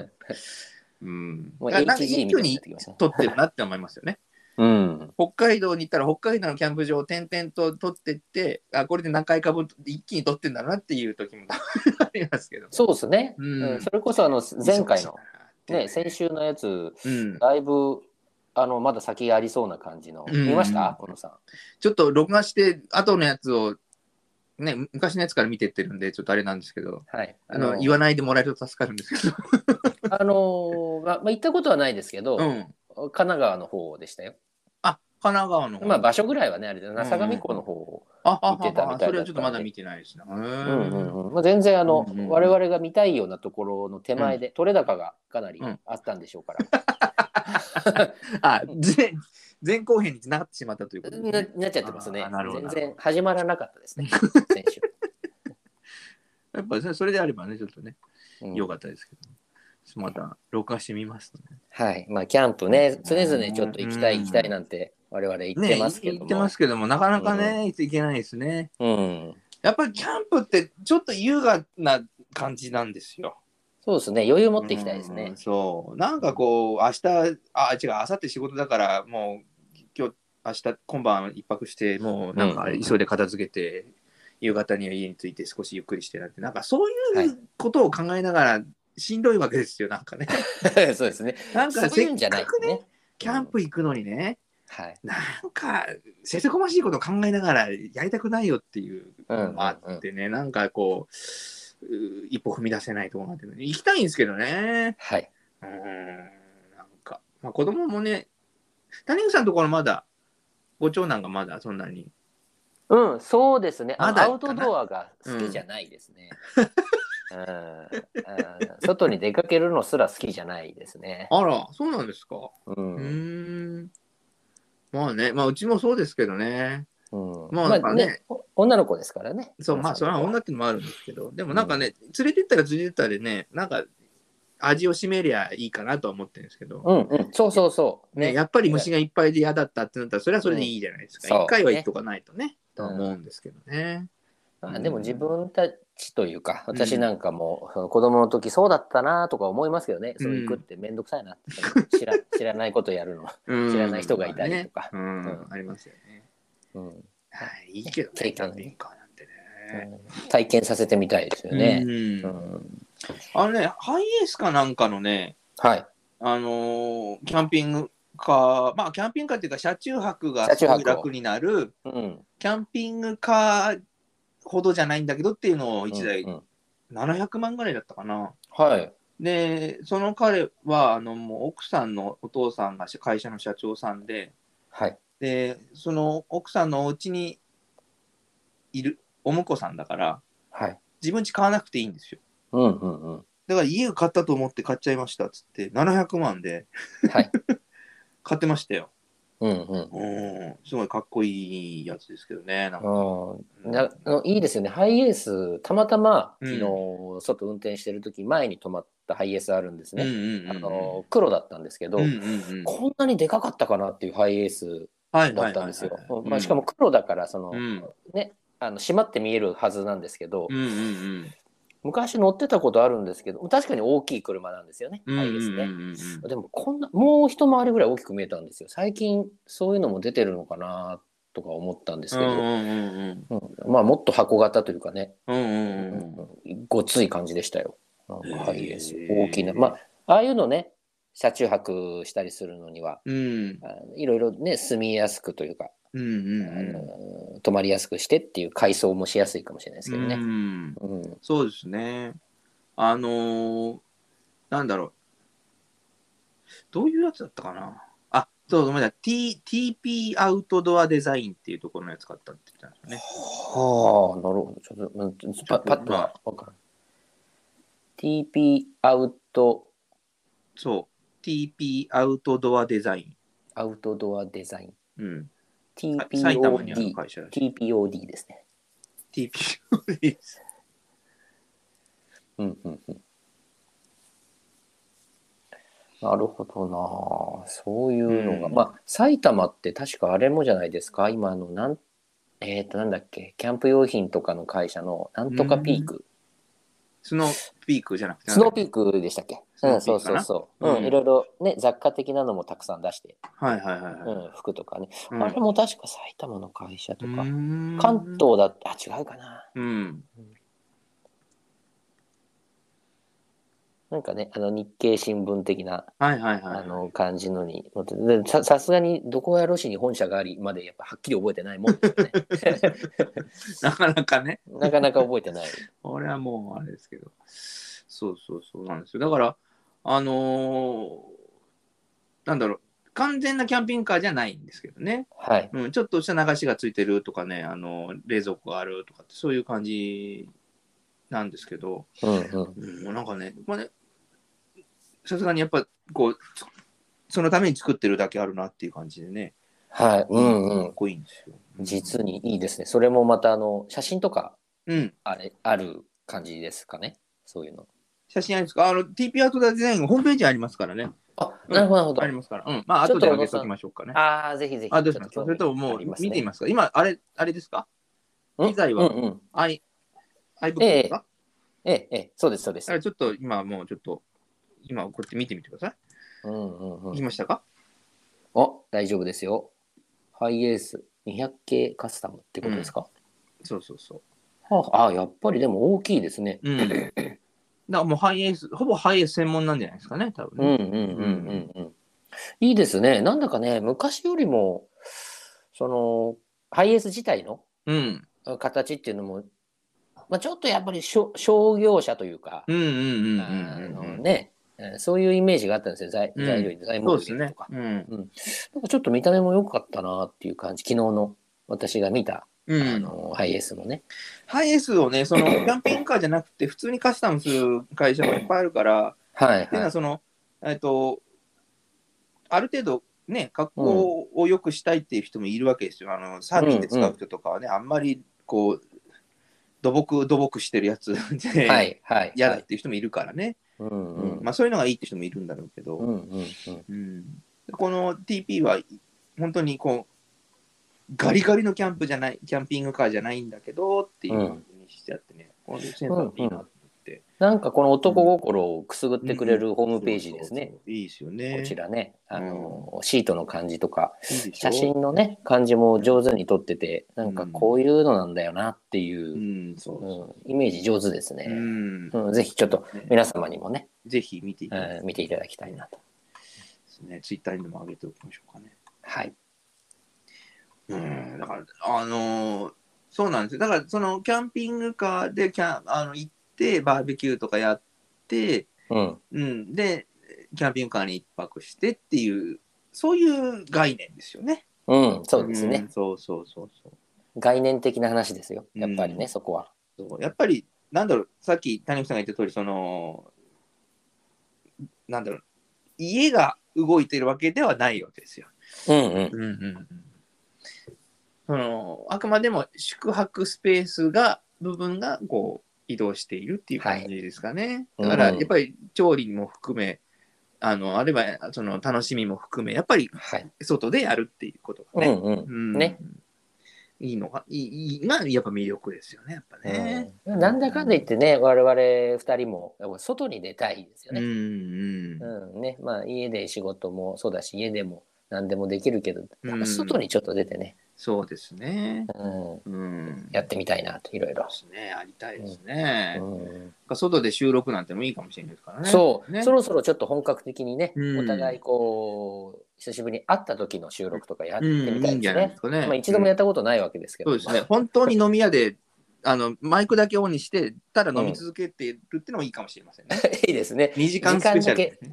もう HG みたいに撮ってるなって思いますよね。北海道に行ったら北海道のキャンプ場を点々と撮ってって、これで何回か分一気に撮ってんだなっていう時もありますけど。 そうですね。それこそ前回の、ね、先週のやつ、だいぶまだ先ありそうな感じの。見ました小野さん。 ちょっと録画して後のやつをね、昔のやつから見てってるんでちょっとあれなんですけど、言わないでもらえると助かるんですけど。 行ったことはないですけど、神奈川の方でしたよ。 神奈川の方。 まあ場所ぐらいはねあれで相模湖の方を行ってたみたいだった。 それはちょっとまだ見てないですな。 全然我々が見たいようなところの手前で取れ高がかなりあったんでしょうから。 前後編に繋がってしまったということになっちゃってますね。全然始まらなかったですね。先週。 やっぱそれであればねちょっとね良かったですけど。また録画してみますね。 はい。まあキャンプね常々ちょっと行きたいなんて我々言ってますけども。 言ってますけどもなかなかね行けないですね。やっぱりキャンプってちょっと優雅な感じなんですよ。 そうですね。余裕持っていきたいですね。 そうなんかこう明後日仕事だからもう明日今晩一泊してもうなんか急いで片付けて夕方には家に着いて少しゆっくりしてなんてなんかそういうことを考えながらしんどいわけですよなんかね。 そうですね。 なんかせっかくねキャンプ行くのにね、なんかせせこましいことを考えながらやりたくないよっていうのがあってね、なんかこう一歩踏み出せないところがあって行きたいんですけどね。なんか、まあ、子供もね谷口さんのところまだご長男がまだそんなにそうですね。アウトドアが好きじゃないですね。外に出かけるのすら好きじゃないですね。 あら、そうなんですか。まあね、まあうちもそうですけどね。 まあね、女の子ですからね。 そう、まあそれは女ってのもあるんですけど、でもなんかね、連れてったらでね、なんか味を占めりゃいいかなとは思ってるんですけど。 そうね、やっぱり虫がいっぱいで嫌だったってなったら、それはそれでいいじゃないですか。一回は行っとかないとね、と思うんですけどね。 でも自分たちというか私なんかも子供の時そうだったなとか思いますけどね、そう行くって面倒くさいなって知らないことやるの知らない人がいたりとかありますよね。いいけどね、キャンピングカーなんてね体験させてみたいですよね。 ハイエースかなんかのね、キャンピングカー、まあキャンピングカーっていうか車中泊がすごい楽になるキャンピングカーほどじゃないんだけどっていうのを1台700万ぐらいだったかな。でその彼はもう奥さんのお父さんが会社の社長さんで、でその奥さんのお家にいるお婿さんだから、自分家買わなくていいんですよ。 だから家を買ったと思って買っちゃいましたっつって700万ではい。 買ってましたよ。 うんうん。 すごいかっこいいやつですけどね、なんか。 いいですよね。ハイエース、たまたま昨日、 うん。 外運転してる時前に止まったハイエースあるんですね。 うんうんうん黒だったんですけうん。うんど、 うんうん。 こんなにでかかったかなっていうハイエースだっはいはいたんですよ。 はいはい。うまあ、しかもん。 黒だから、 うんね、閉まって見えるはずなんですけど、 うんうん昔乗ってたことあるんですけど、確かに大きい車なんですよね、 うんうんハイエースね。 うんでも、もう一回りぐらい大きく見えたんですよ。最近、そういうのも出てるのかなとか思ったんですうんうけど、 んうんうんまあ、もっと箱型というかね、 うんうんうんごつい感じでしたよ。なんへかハイエース。大きな。まえ。 あ、ああいうのね、車中泊したりするのには、 うんいろいろね、住みやすくというか、 うんうん泊まりやすくしてっていう改装もしやすいかもしれないですうんけどね。 うん。 うん。 そうですね。あのーなんだろう。どういうやつだったかな。あ、そう、ごめんなさい。TP アウトドアデザインっていうところのやつ買ったって言ったんですよね。 はあ、なるほど。ちょっと、 ちょっと、 パッとは分からない。TP アウト、 そう。TP アウトドアデザイン。 アウトドアデザイン。 うん。埼玉にある TPOD、 会社らしい。 TPOD ですね。 TP です。 うんうんうん。なるほどな。そういううのが。まん。 あ、埼玉って確かあれもじゃないですか。今なんだっけ、キャンプ用品とかの会社のなんうとかピーん。 ク。 スノーピークじゃなくてなんだっけ。 スノーピークでしたっけ？ スノーそうピークかな。 そうそう。いろいうん。 ろね、雑貨的なのもたくさん出して、 はいはいはいはい。 服とかね。 うん。 あれも確か埼玉の会社うーとか、関ん。 東だって、違うかな。 うん。 なんかね、日経新聞的な、 はいはいはいはい。 感じのに載ってて、さすがにどこやろ市に本社がありまでやっぱはっきり覚えてないもんですよね。 なかなかね。 なかなか覚えてない。 これはもうあれですけど。そうそうそうなんですよ。だから、あのーなんだろう、完全なキャンピングカーじゃないんですけどね。 はい。 うん、ちょっとした流しがついてるとかね、冷蔵庫があるとかって、そういう感じなんですけど、 うんうん。 なんかね、まあね、さすがにやっぱ、こう、そのために作ってるだけあるなっていう感じでね、 はい。うかっんうん。 こいいんですよ。 実にいいですね。それもまた写真とかうん。 ある感じですかね。そういうの。 写真ありますかTP アートデザインホームページありますからね。 なるほど、なるほありど。 ますから。まあ、 ちょっ後でと小野さん、 上げときましょうかね。 ぜひぜあ、 ひ、 どうしますかそちょっと興味れとももうありますね。 見てみますか今、あれですか機材はうんうん。え iBook ですえ、 かそうです、そうです。 ちょっと今もうちょっと、今こうやって見てみてください。 うんうんうん。 行きましたか大丈夫ですよ。ハイエース 200K カスタムってうん。 ことですか？ そうそうそやっぱりでも大きいですね。 う。うん。だからもうハイエース、ほぼハイエース専門なんじゃないですかね、多分ね。 うんうんうんうん。 うんうん。いいですね。なんだかね、昔よりも、その、ハイエース自体のうん。 形っていうのも、ちょっとやっぱり商業者というか、 うんうんうんうんうんうん。 ね、そういうイメージがあったんですよ。材料うん。 に材木そうですね。 入れるとか。 うん。 うん。なんかちょっと見た目も良かったなっていう感じ。昨日の私が見た、 うん。 ハイエースもね。 ハイエースをね、キャンピングカーじゃなくて、普通にカスタムする会社もいっぱいあるから、っていうのは、 はいはい。 えっと、ある程度、ね、格うん。 好を良くしたいっていう人もいるわけですよ。サーうフィンで使うんうん。 人とかはね、あんまり、こう、土木してるやつではいはい嫌だはい。 っていう人もいるからね。 うんうん。 まあ、そういうのがいいって人もいるんだろうけど、 うんうんうん。 うん、この TP は、本当にこう、ガリガリのキャンプじゃない、キャンピングカーじゃないんだけどっていう感うん。 じにしてあってね、このセンうサーいいなと思んうん。 って。 なんかこの男うん、 心をくすぐっうん、うん。 てくれるホームペーそうジですね。 そうそう。いいですよこちね。 らね、 うん。 シートの感じとか、 いいでし写ょ真のね、感じも上手に撮ってて、なうんかこん。 ういうのなんだよなっていう、 うん、そうそう。 イメージ上手ですうね。 ん。 ぜひちょっとね、 皆様にもね、 ぜひ見ていただきたい見ていただきたいなと。 ですね。ツイッターにでも上げておきましょうかね。 はい。 だから、そうなんですよ。だから、そのキャンピングカーで行って、バーベキューとかやって、 うん。 で、キャンピングカーに一泊してっていう、そういう概念ですよね。 うん、そうですね。 そうそうそうそ概念的な話ですよ。 う。 やっぱりね、そこは。 そうやっぱり、なんだろう、さっき谷口さんが言った通り、 なんだろう、家が動いてるわけではないわけですよ。あくまでも宿泊スペース部分がこう移動しているっていう感じですかね。だからやっぱり調理も含め、あればその楽しみも含め、やっぱり外でやるっていうことがね、いいのがやっぱ魅力ですよね、やっぱね。 なんだかんだ言ってね、我々2人も外に出たいですよね。ね、まあ家で仕事もそうだし、家でも何でもできるけど、やっぱ外にちょっと出てね。 そうですね。 やってみたいなと、いろいろ。 ですね、ありたいですね。外で収録なんてもいいかもしれないですからね。 そう、そろそろちょっと本格的にね、お互いこう久しぶりに会った時の収録とかやってみたいですね。まあ一度もやったことないわけですけど。 そうですね。本当に飲み屋でマイクだけオンにしてただ飲み続けてるっていうのもいいかもしれませんね。 いいですね。 2時間スペシャル。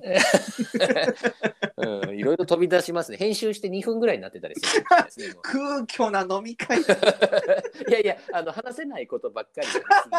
いろいろ飛び出しますね。編集して2分ぐらいになってたりするんですね。 空虚な飲み会。 いやいや、話せないことばっかり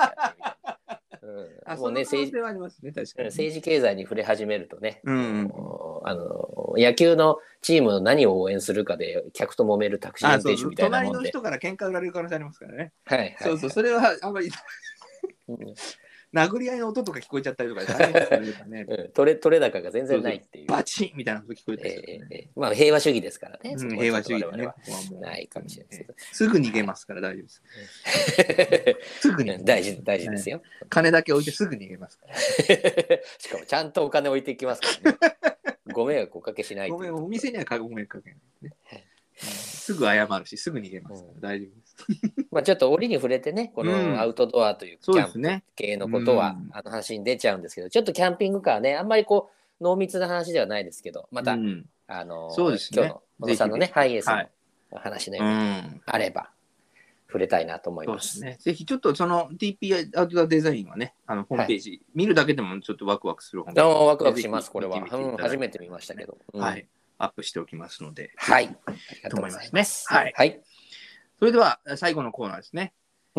もうね、政治経済に触れ始めるとね、野球のチームの何を応援するかで客と揉めるタクシー運転手みたいなもんで、 隣の人から喧嘩売られる可能性ありますからね。 そうそう、それはあんまり殴り合いの音とか聞こえちゃったりとかね、 取れ高が全然ないっていう、 バチンみたいな音聞こえたり、 まあ平和主義ですからね。 平和主義はね、 ないかもしれないですけど、 すぐ逃げますから大丈夫です。すぐに大事ですよ。 金だけ置いてすぐ逃げますから。 しかもちゃんとお金置いていきますからね。ご迷惑おかけしない。 ごめん、お店にはご迷惑かけないね。すぐ謝るし、すぐ逃げますから大丈夫です。 まあちょっと折に触れてね、このアウトドアというキャンプ系のことは話に出ちゃうんですけど、ちょっとキャンピングカーね、あんまりこう濃密な話ではないですけど、また今日の小野さんのねハイエースの話のようにあれば触れたいなと思います。 ぜひちょっとその TP アウトドアデザインはね、ホームページ見るだけでもちょっとワクワクする。 ワクワクします、これは。初めて見ましたけど。 はい。アップしておきますので。 はい。ありがとうございます。 はい。それでは最後のコーナーですね。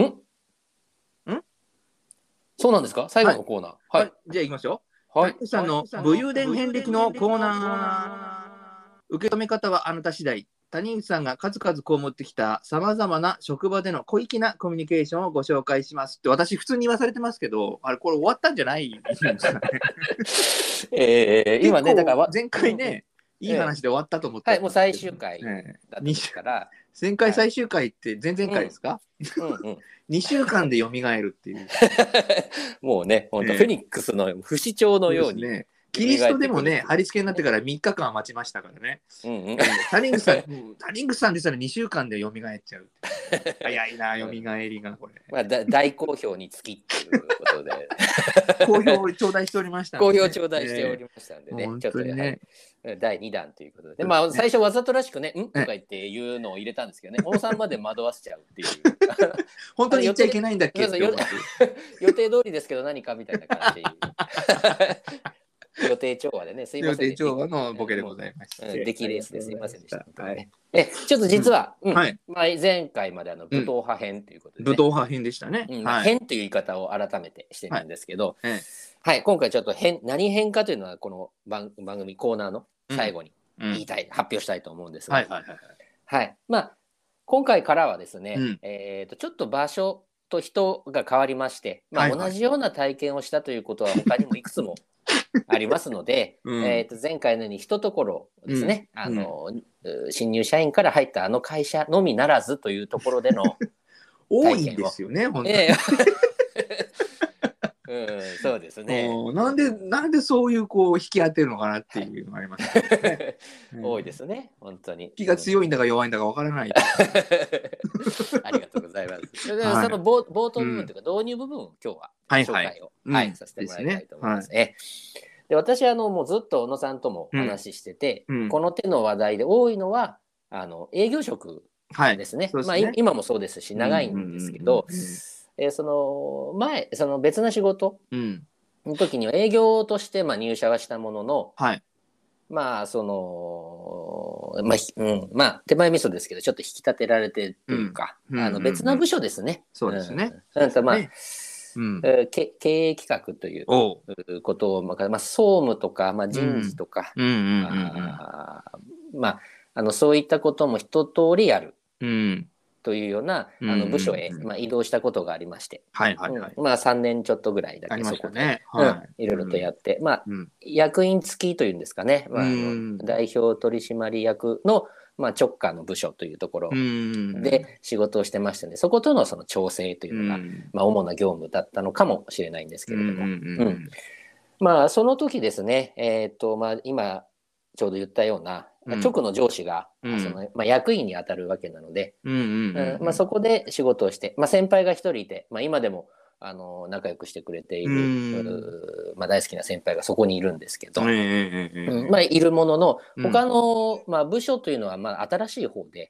そうなんですか、最後のコーナー。 はい。じゃあいきますよ。はい。さんの武勇伝遍歴のコーナー。受け止め方はあなた次第。谷口さんが数々被ってきたさまざまな職場での小粋なコミュニケーションをご紹介しますって私普通に言わされてますけど、これ終わったんじゃないんですかね。今ね、だから前回ね、いい話で終わったと思って、 はい、もう最終回だったから、 前回最終回って前々回ですか？2週間で蘇るっていう。 もうね、本当フェニックスの不死鳥のように。 キリストでもね、貼り付けになってから3日間待ちましたからね。谷口さんでしたら2週間で蘇っちゃう。早いな、蘇りがこれ。 まあ、大好評につきっていうことで。 好評を頂戴しておりました。 好評頂戴しておりましたんでね。ちょっとね、第2弾ということで。まあ、最初わざとらしくね、とか言って言うのを入れたんですけどね、小野さんまで惑わせちゃうっていう。 本当に言っちゃいけないんだっけ？ 予定通りですけど何かみたいな感じ。予定調和でね、すいません。 予定調和のボケでございました。 出来レースですいませんでした。ちょっと実は、前回まで武闘派編ということで。 武闘派編でしたね。 編という言い方を改めてしてるんですけど、はい、今回ちょっと何編かというのは、この番組コーナーの最後に発表したいと思うんですが、はい。まあ、今回からはですね、ちょっと場所と人が変わりまして、同じような体験をしたということは他にもいくつもありますので、前回のように一ところですね、新入社員から入った会社のみならずというところでの多いんですよね、本当に。 そうですね。 なんでそういう引き当てるのかなっていうのがありますね。 多いですね、本当に。 気が強いんだか弱いんだかわからない。 ありがとうございます。その冒頭部分というか導入部分を今日は紹介をさせてもらいたいと思います。で、私もうずっと小野さんとも話してて、この手の話題で多いのは営業職ですね。今もそうですし長いんですけど、その別な仕事の時には営業として入社はしたものの、手前味噌ですけどちょっと引き立てられてというか、別な部署ですね。 そうですね。 経営企画ということを、総務とか、人事とか、そういったことも一通りやる。というような部署へ移動したことがありまして、3年ちょっとぐらいだけそこでいろいろとやって、役員付きというんですかね、代表取締役の直下の部署というところで仕事をしてましたので、そことのその調整というのが主な業務だったのかもしれないんですけれども、その時ですね、今ちょうど言ったような直の上司が役員に当たるわけなので、そこで仕事をして、先輩が一人いて、今でも仲良くしてくれている大好きな先輩がそこにいるんですけど、いるものの他の部署というのは新しい方で、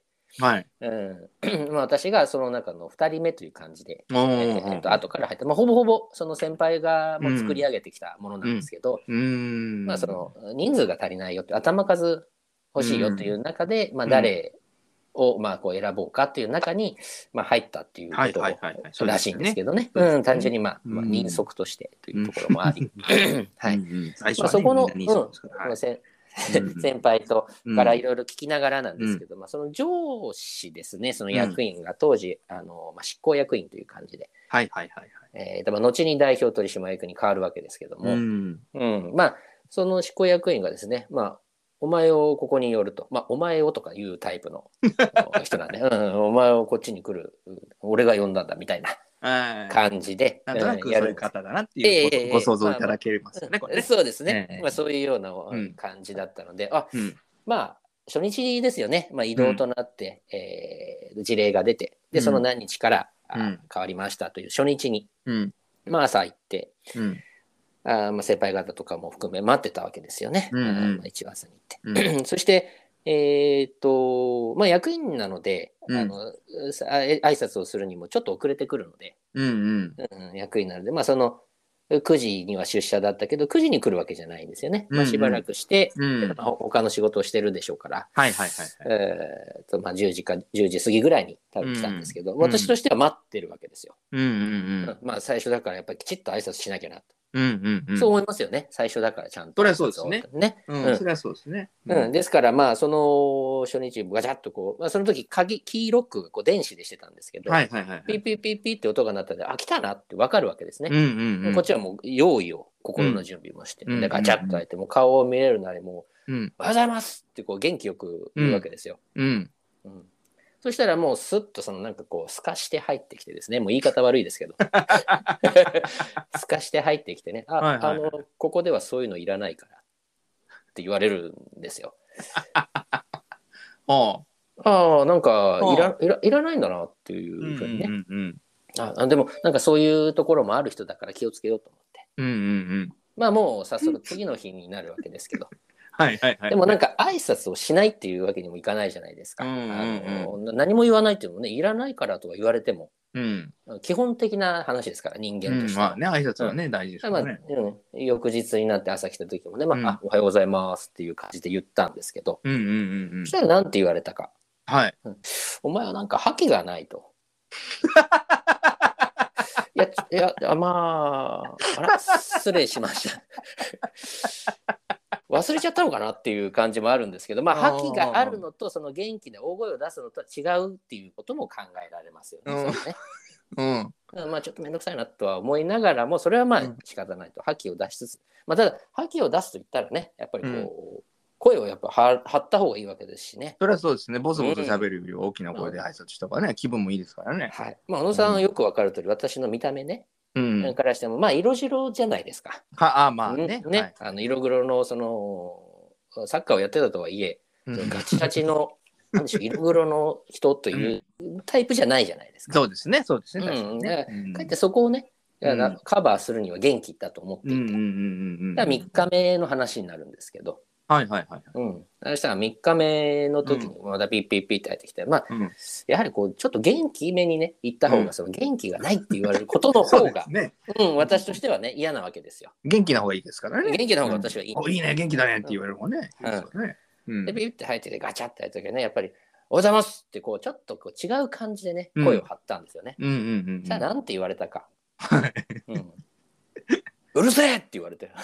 私がその中の2人目という感じで後から入って、ほぼほぼその先輩がもう作り上げてきたものなんですけど、その人数が足りないよって、頭数欲しいよという中で、誰をこう選ぼうかっていう中に入ったっていうことらしいんですけどね。単純に人足としてというところもあり、そこの先輩とからいろいろ聞きながらなんですけど、その上司ですね、その役員が当時執行役員という感じで、後に代表取締役に変わるわけですけども、その執行役員がですね、お前をここに寄ると、お前をとかいうタイプの人なんで、お前をこっちに来る、俺が呼んだんだみたいな感じで、 なんとなくそういう方だなっていうご想像いただけますよね、これね。 そうですね、そういうような感じだったので、初日ですよね、移動となって、事例が出て、でその何日から変わりましたという初日に、朝行って、先輩方とかも含め待ってたわけですよね、一応朝に行って。そして役員なので、挨拶をするにもちょっと遅れてくるので、役員なので、その9時には出社だったけど9時に来るわけじゃないんですよね。しばらくして、他の仕事をしてるでしょうから10時か10時過ぎぐらいに多分来たんですけど、私としては待ってるわけですよ。最初だからやっぱりきちっと挨拶しなきゃなと。そう思いますよね。最初だからちゃんと。 それはそうですね。それはそうですね。 ですからその初日ガチャッとこう、その時キーロックがこう電子でしてたんですけど、ピッピッピッピッって音が鳴ったんで、来たなって分かるわけですね。こっちはもう用意を心の準備もして、でガチャッと開いてもう顔を見れるなりもう、おはようございますってこう元気よく言うわけですよ。そしたらもうスッとなんかこう透かして入ってきてですね、もう言い方悪いですけど透かして入ってきてね、ここではそういうのいらないからって言われるんですよ。なんかいらないんだなっていうふうにね。でもなんかそういうところもある人だから気をつけようと思って、もう早速次の日になるわけですけどでもなんか挨拶をしないっていうわけにもいかないじゃないですか。何も言わないっていうのもね、いらないからとか言われても、基本的な話ですから人間としては。 挨拶はね、大事ですよね。 翌日になって朝来た時もね、おはようございますっていう感じで言ったんですけど、そしたら何て言われたか。お前はなんか覇気がないと。いや失礼しました。忘れちゃったのかなっていう感じもあるんですけど、覇気があるのとその元気で大声を出すのとは違うっていうことも考えられますよね。ちょっと面倒くさいなとは思いながらも、それは仕方ないと、覇気を出しつつ、ただ覇気を出すと言ったらね、やっぱりこう、声をやっぱ張った方がいいわけですしね。 それはそうですね。ボソボソ喋るより大きな声で挨拶した方がね、気分もいいですからね。 小野さんはよくわかる通り、私の見た目ね、からしても色白じゃないですか。色黒のそのサッカーをやってたとはいえ、ガチガチの何でしょう、色黒の人というタイプじゃないじゃないですか。 そうですね。 かえってそこをね、カバーするには元気だと思っていて、3日目の話になるんですけど、そしたら3日目の時にまたピッピッピッって入ってきて、やはりこうちょっと元気めにね言った方が、その元気がないって言われることの方が私としてはね嫌なわけですよ。 元気な方がいいですからね。 元気な方が私はいい。 いいね、元気だねって言われるもんね。 でピッって入っててガチャって入った時はね、やっぱりおはようございますってこうちょっとこう違う感じでね声を張ったんですよね。さあなんて言われたか。 うん、うるせえって言われて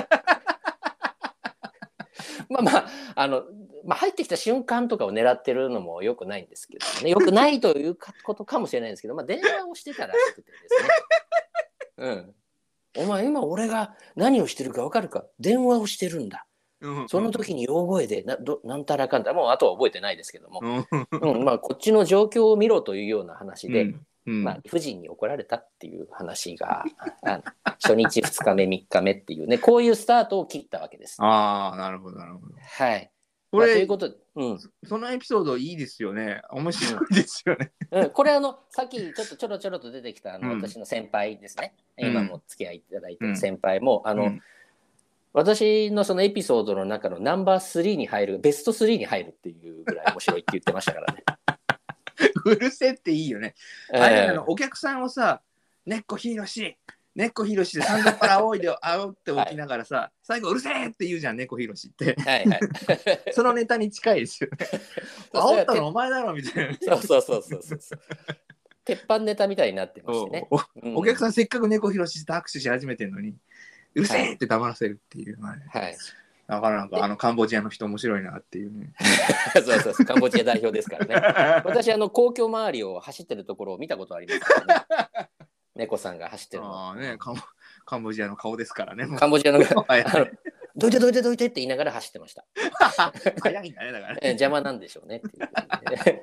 入ってきた瞬間とかを狙ってるのもよくないんですけどね、よくないということかもしれないんですけど、電話をしてたらしくてですね、お前今俺が何をしてるか分かるか、電話をしてるんだ、その時に大声でなんたらかんだ、もうあとは覚えてないですけども、こっちの状況を見ろというような話で、夫人に怒られたっていう話が初日2日目3日目っていうね、こういうスタートを切ったわけです。 ああ、なるほどなるほど。 はい。 これ、 ということで、 そのエピソードいいですよね。面白いですよね。 これさっきちょろちょろと出てきた私の先輩ですね。今も付き合いいただいてる先輩も私のそのエピソードの中のナンバー3に入る、ベスト3に入るっていうぐらい面白いって言ってましたからね。 うるせっていいよね。お客さんをさ、ねっこひろしで散々から煽っておきながらさ、最後うるせえって言うじゃん、猫ひろしって。そのネタに近いですよね。煽ったのお前だろみたいな。 そう。鉄板ネタみたいになってましてね。 お客さんせっかく猫ひろしと握手し始めてるのに、うるせえって黙らせるっていう。だからなんかカンボジアの人面白いなっていうね。 そうカンボジア代表ですからね。私皇居周りを走ってるところを見たことありますからね。猫さんが走ってるの。 カンボジアの顔ですからね。 カンボジアのどいてって言いながら走ってました。 早いんだねだからね。 邪魔なんでしょうねっていう。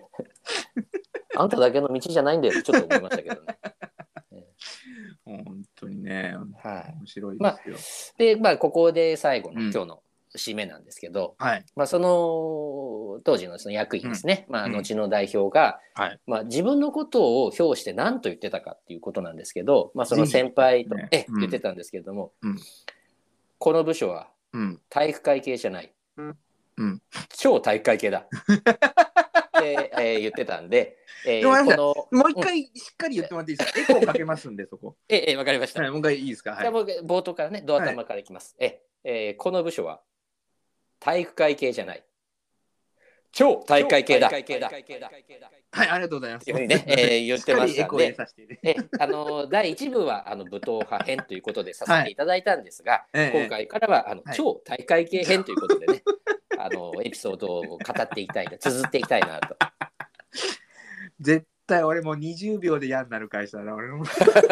あんただけの道じゃないんだよってちょっと思いましたけどね。 本当にね、面白いですよ。でここで最後の今日の締めなんですけど、その当時のその役員ですね、後の代表が、自分のことを表して何と言ってたかっていうことなんですけど、その先輩と言ってたんですけれども、この部署は体育会系じゃない、超体育会系だって言ってたんで、 もう一回しっかり言ってもらっていいですか。エコーかけますんでそこ。 わかりました。 もう一回いいですか。 じゃあ冒頭からね、ドア玉からいきます。この部署は体育会系じゃない、超体育会系だ。はい、 ありがとうございます。 言ってましたので、第1部は武闘派編ということでさせていただいたんですが、今回からは超体育会系編ということでね、エピソードを語っていきたいな、綴っていきたいなと。 絶対俺も20秒で嫌になる会社だな、俺も。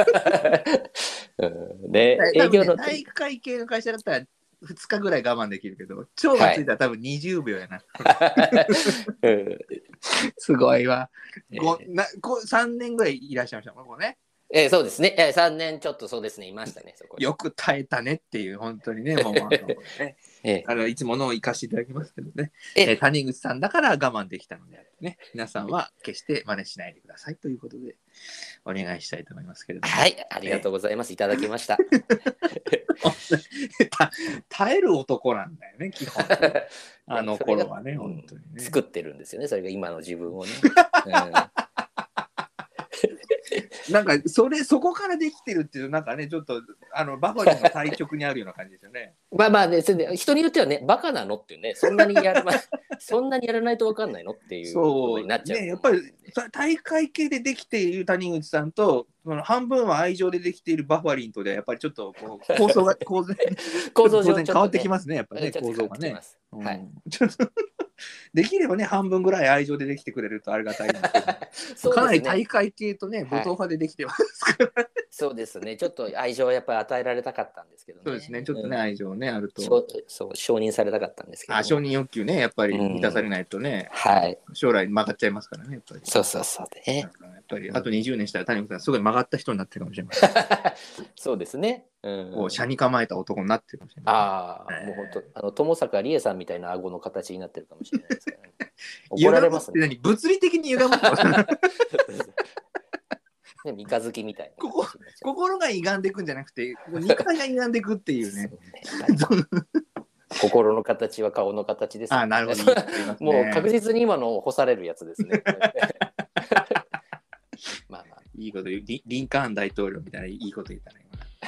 で、営業の体育会系の会社だったら2日ぐらい我慢できるけど、超がついたら多分20秒やな。すごいわ。3年ぐらいいらっしゃいましたもん、ここね。 そうですね。3年ちょっとそうですね、いましたね。そこよく耐えたねっていう、本当にね、もういつものを生かしていただきますけどね。谷口さんだから我慢できたのでね、皆さんは決して真似しないでくださいということでお願いしたいと思いますけれども。 はい、ありがとうございます。いただきました。 耐える男なんだよね、基本。あの頃はね、本当にね。 作ってるんですよね、それが今の自分をね。 なんかそこからできてるっていうなんかねちょっとバファリンの対極にあるような感じですよね。 人によってはねバカなのっていうね、そんなにやらないと分かんないのっていうことになっちゃう。 やっぱり体育会系でできている谷口さんと半分は愛情でできているバファリンとでやっぱりちょっと構造上変わってきますね、やっぱりね、構造がね。ちょっとできればね半分ぐらい愛情でできてくれるとありがたいんですけど、かなり体育会系とね武闘派でできてますから。 そうですね、ちょっと愛情はやっぱり与えられたかったんですけどね。 そうですね、ちょっとね愛情ねあると承認されたかったんですけど、 承認欲求ねやっぱり満たされないとね、将来曲がっちゃいますからね、やっぱり。 そうね。 やっぱりあと20年したら谷口さんすごい曲がった人になってるかもしれません。 そうですね。 車に構えた男になってるかもしれない。 もう本当友坂理恵さんみたいな顎の形になってるかもしれないですからね。怒られますね。 物理的に歪むの？ 三日月みたいな。 心が歪んでいくんじゃなくて肉体が歪んでいくっていうね。 心の形は顔の形です、 ね。なるほど。 もう確実に今の干されるやつですね。 いいこと言う。リンカーン大統領みたいないいこと言ったね。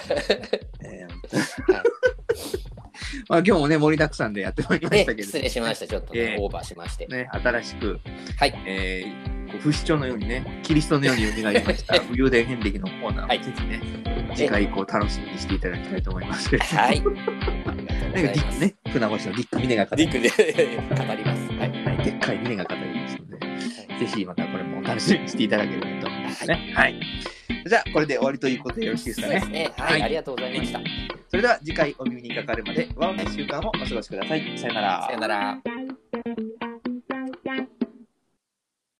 今日もね盛りだくさんでやってまいりましたけど、 失礼しました。ちょっとオーバーしまして、 新しく、 不死鳥のようにね、キリストのように蘇りました武勇伝遍歴のコーナーをぜひね、次回以降楽しみにしていただきたいと思います。 はい。なんかディックね、船越のディック・ミネが語ります。 ディックで語ります。 はい。でっかいミネが語りますので、ぜひまたこれも楽しみにしていただければと思いますね。はい。じゃあ、これで終わりということでよろしいですかね。 そうですね。はい。ありがとうございました。 それでは次回お耳にかかるまで、ワン1週間をお過ごしください。さよなら。 さよなら。